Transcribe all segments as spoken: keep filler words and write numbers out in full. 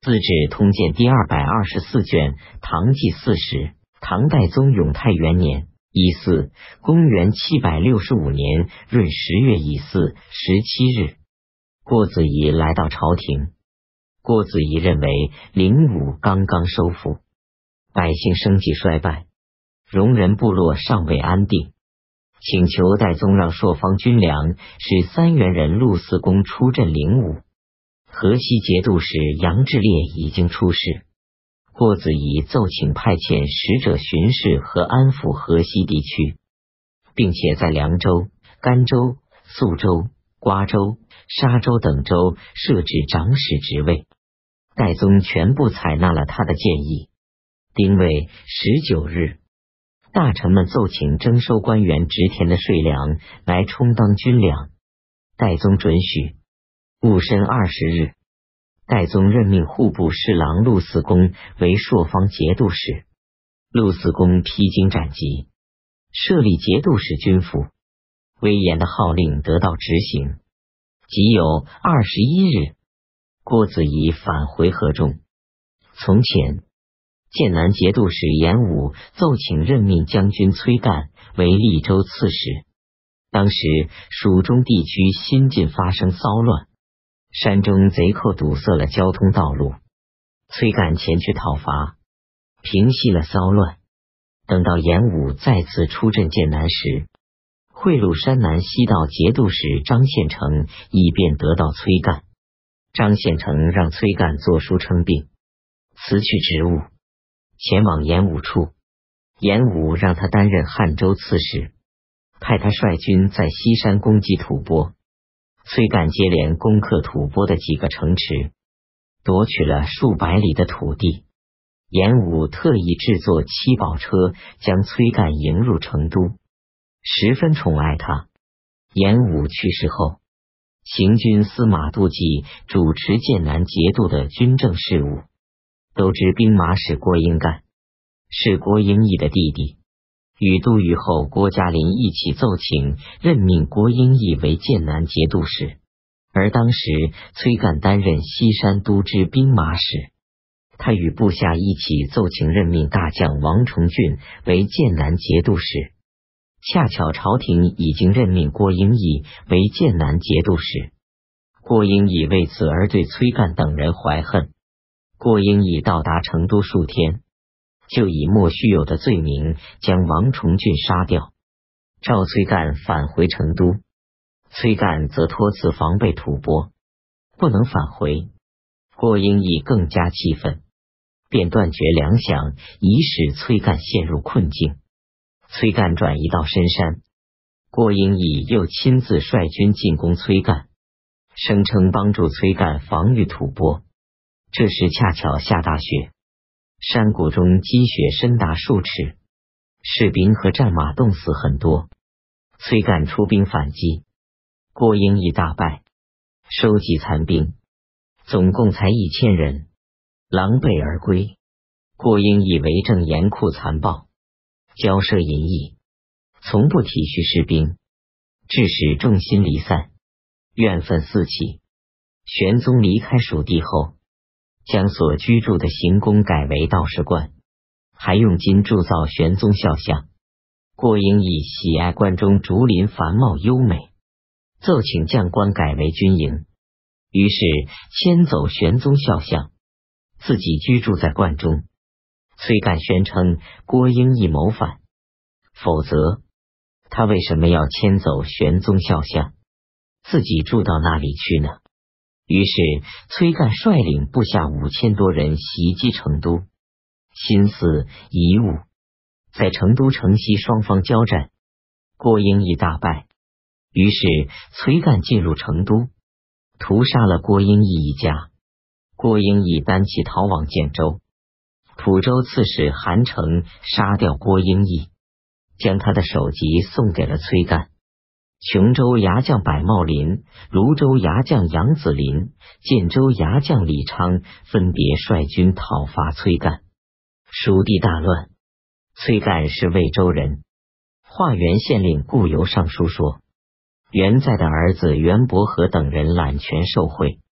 《资治通鉴》第二百二十四卷，唐纪四十，唐代宗永泰元年乙巳，公元七百六十五年闰十月乙巳十七日，郭子仪来到朝廷。郭子仪认为灵武刚刚收复，百姓生计衰败，戎人部落尚未安定，请求代宗让朔方军粮使三原人陆嗣公出镇灵武。河西节度使杨志烈已经出使，郭子仪奏请派遣使者巡视和安抚河西地区，并且在凉州、甘州、肃州、瓜州、沙州等州设置长史职位。代宗全部采纳了他的建议。丁未十九日，大臣们奏请征收官员植田的税粮来充当军粮，代宗准许。戊申二十日，代宗任命户部侍郎陆嗣公为朔方节度使。陆嗣公披荆斩棘，设立节度使军府，威严的号令得到执行。即有二十一日，郭子仪返回河中。从前，剑南节度使严武奏请任命将军崔干为利州刺史。当时蜀中地区新近发生骚乱，山中贼寇堵塞了交通道路，崔干前去讨伐，平息了骚乱。等到严武再次出镇剑南时，贿赂山南西道节度使张献成，以便得到崔干。张献成让崔干作书称病，辞去职务，前往严武处。严武让他担任汉州刺史，派他率军在西山攻击吐蕃。崔干接连攻克吐蕃的几个城池，夺取了数百里的土地。严武特意制作七宝车，将崔干迎入成都，十分宠爱他。严武去世后，行军司马杜季主持剑南节度的军政事务。都知兵马使郭英干是郭英义的弟弟，与都虞候郭嘉林一起奏请任命郭英义为剑南节度使，而当时崔干担任西山都知兵马使。他与部下一起奏请任命大将王重俊为剑南节度使，恰巧朝廷已经任命郭英义为剑南节度使。郭英义为此而对崔干等人怀恨。郭英义到达成都数天，就以莫须有的罪名将王重俊杀掉，召崔干返回成都。崔干则托辞防备吐蕃，不能返回。郭英义更加气愤，便断绝粮饷，以使崔干陷入困境。崔干转移到深山，郭英义又亲自率军进攻崔干，声称帮助崔干防御吐蕃。这时恰巧下大雪，山谷中积雪深达数尺，士兵和战马冻死很多。崔干出兵反击，郭英义大败，收集残兵，总共才一千人，狼狈而归。郭英义为政严酷残暴，骄奢淫逸，从不体恤士兵，致使众心离散，怨愤四起。玄宗离开蜀地后，将所居住的行宫改为道士观，还用金铸造玄宗肖像。郭英义喜爱观中竹林繁茂优美，奏请将官改为军营，于是迁走玄宗肖像，自己居住在观中。崔干宣称郭英义谋反，否则他为什么要迁走玄宗肖像，自己住到那里去呢？于是崔干率领部下五千多人袭击成都，心思遗物，在成都城西双方交战，郭英义大败。于是崔干进入成都，屠杀了郭英义一家。郭英义单骑逃往建州，蒲州刺史韩成杀掉郭英义，将他的首级送给了崔干。琼州牙将柏茂林、泸州牙将杨子林、建州牙将李昌分别率军讨伐崔干。蜀地大乱，崔干是魏州人。化原县令顾由上书说，元在的儿子袁伯和等人揽权受贿，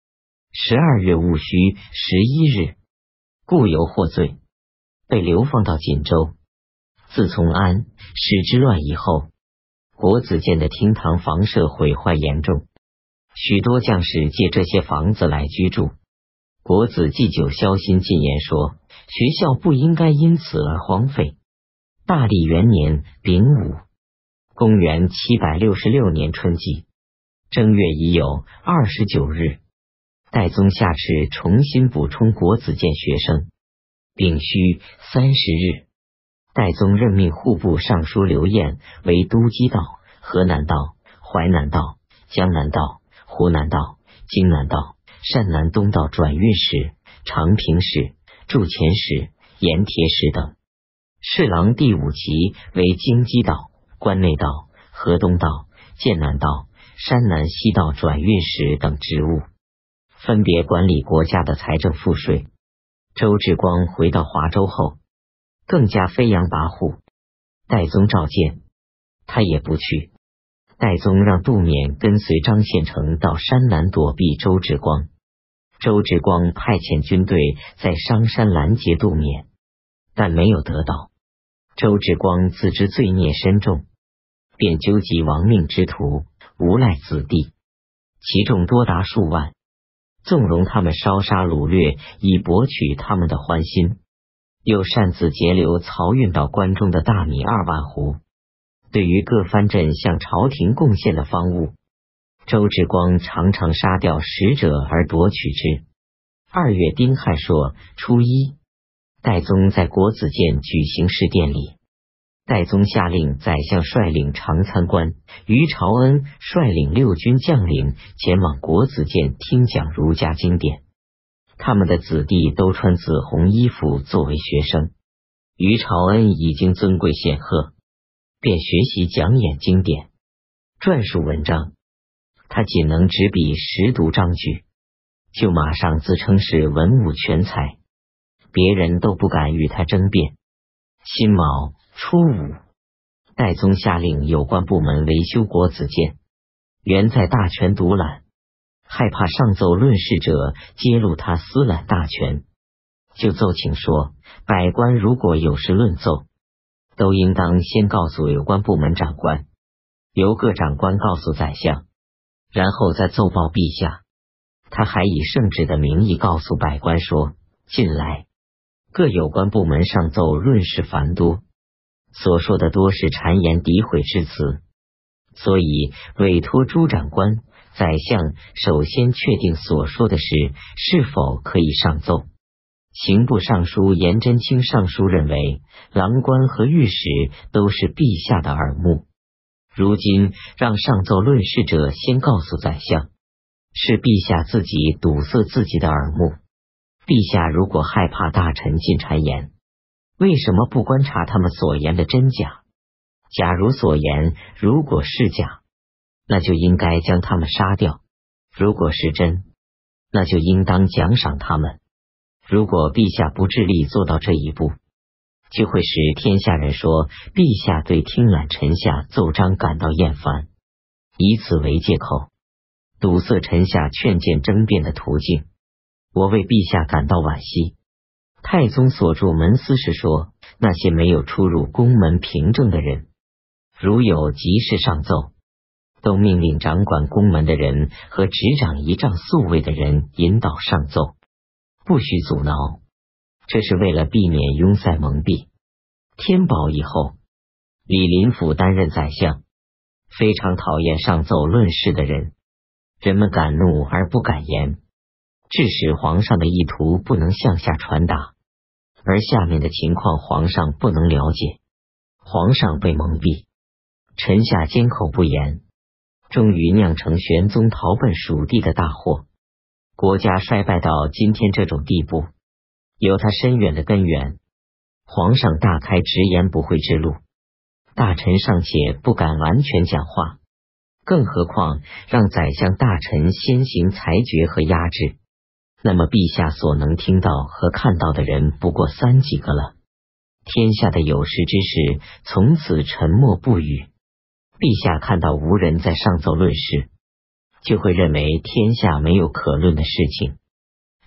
十二月戊戌十一日，故由获罪，被流放到锦州。自从安史之乱以后，国子监的厅堂房舍毁坏严重，许多将士借这些房子来居住。国子祭酒萧欣进言说，学校不应该因此而荒废。大历元年丙午，公元七百六十六年春季正月已有二十九日，代宗下敕重新补充国子监学生。丙戌三十日，代宗任命户部尚书刘晏为都畿道、河南道、淮南道、江南道、湖南道、荆南道、善南东道转运使、长平使、驻前使、盐铁使等。侍郎第五旗为京畿道、关内道、河东道、剑南道、山南西道转运使等职务，分别管理国家的财政赋税。周志光回到华州后，更加飞扬跋扈。代宗召见，他也不去。代宗让杜勉跟随张献成到山南躲避周志光。周志光派遣军队在商山拦截杜勉，但没有得到。周志光自知罪孽深重，便纠集亡命之徒、无赖子弟，其众多达数万，纵容他们烧杀掳掠，以博取他们的欢心。又擅自截留漕运到关中的大米二万斛。对于各藩镇向朝廷贡献的赃物，周志光常常杀掉使者而夺取之。二月丁亥朔初一，代宗在国子监举行试殿礼。代宗下令宰相率领常参官于朝恩率领六军将领前往国子监听讲儒家经典，他们的子弟都穿紫红衣服作为学生。于朝恩已经尊贵显赫，便学习讲演经典，撰述文章。他仅能执笔识读章句，就马上自称是文武全才，别人都不敢与他争辩。辛卯初五，代宗下令有关部门维修国子监，原在大权独揽，害怕上奏论事者揭露他私揽大权，就奏请说，百官如果有事论奏，都应当先告诉有关部门长官，由各长官告诉宰相，然后再奏报陛下。他还以圣旨的名义告诉百官说，近来各有关部门上奏论事繁多，所说的多是谗言诋毁之词，所以委托诸长官、宰相首先确定所说的事是否可以上奏。刑部尚书颜真卿上书认为，郎官和御史都是陛下的耳目，如今让上奏论事者先告诉宰相，是陛下自己堵塞自己的耳目。陛下如果害怕大臣进谗言，为什么不观察他们所言的真假？假如所言如果是假，那就应该将他们杀掉；如果是真，那就应当奖赏他们。如果陛下不致力做到这一步，就会使天下人说陛下对听揽臣下奏章感到厌烦，以此为借口，堵塞臣下劝谏争辩的途径。我为陛下感到惋惜。太宗所著门司是说，那些没有出入宫门凭证的人，如有急事上奏，都命令掌管宫门的人和执掌仪仗宿卫的人引导上奏，不许阻挠。这是为了避免拥塞蒙蔽。天宝以后，李林甫担任宰相，非常讨厌上奏论事的人，人们敢怒而不敢言，致使皇上的意图不能向下传达，而下面的情况皇上不能了解，皇上被蒙蔽，臣下缄口不言，终于酿成玄宗逃奔蜀地的大祸。国家衰败到今天这种地步，有它深远的根源。皇上大开直言不讳之路，大臣尚且不敢完全讲话，更何况让宰相大臣先行裁决和压制，那么陛下所能听到和看到的人不过三几个了。天下的有识之士从此沉默不语，陛下看到无人在上奏论事，就会认为天下没有可论的事情，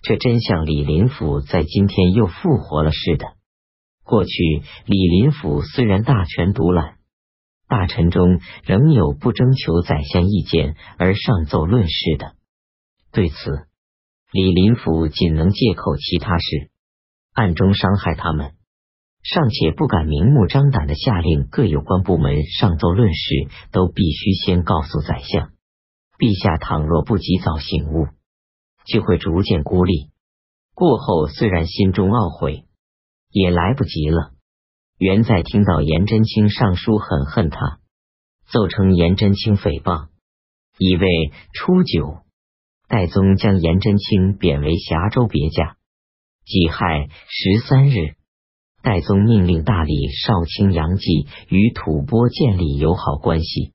这真像李林甫在今天又复活了似的。过去李林甫虽然大权独揽，大臣中仍有不征求宰相意见而上奏论事的。对此，李林甫仅能借口其他事，暗中伤害他们，尚且不敢明目张胆的下令各有关部门上奏论事，都必须先告诉宰相。陛下倘若不及早醒悟，就会逐渐孤立，过后虽然心中懊悔，也来不及了。元在听到颜真卿上书很恨他，奏称颜真卿诽谤，以为初九，代宗将颜真卿贬为峡州别驾。己亥十三日，代宗命令大理少卿杨继与吐蕃建立友好关系。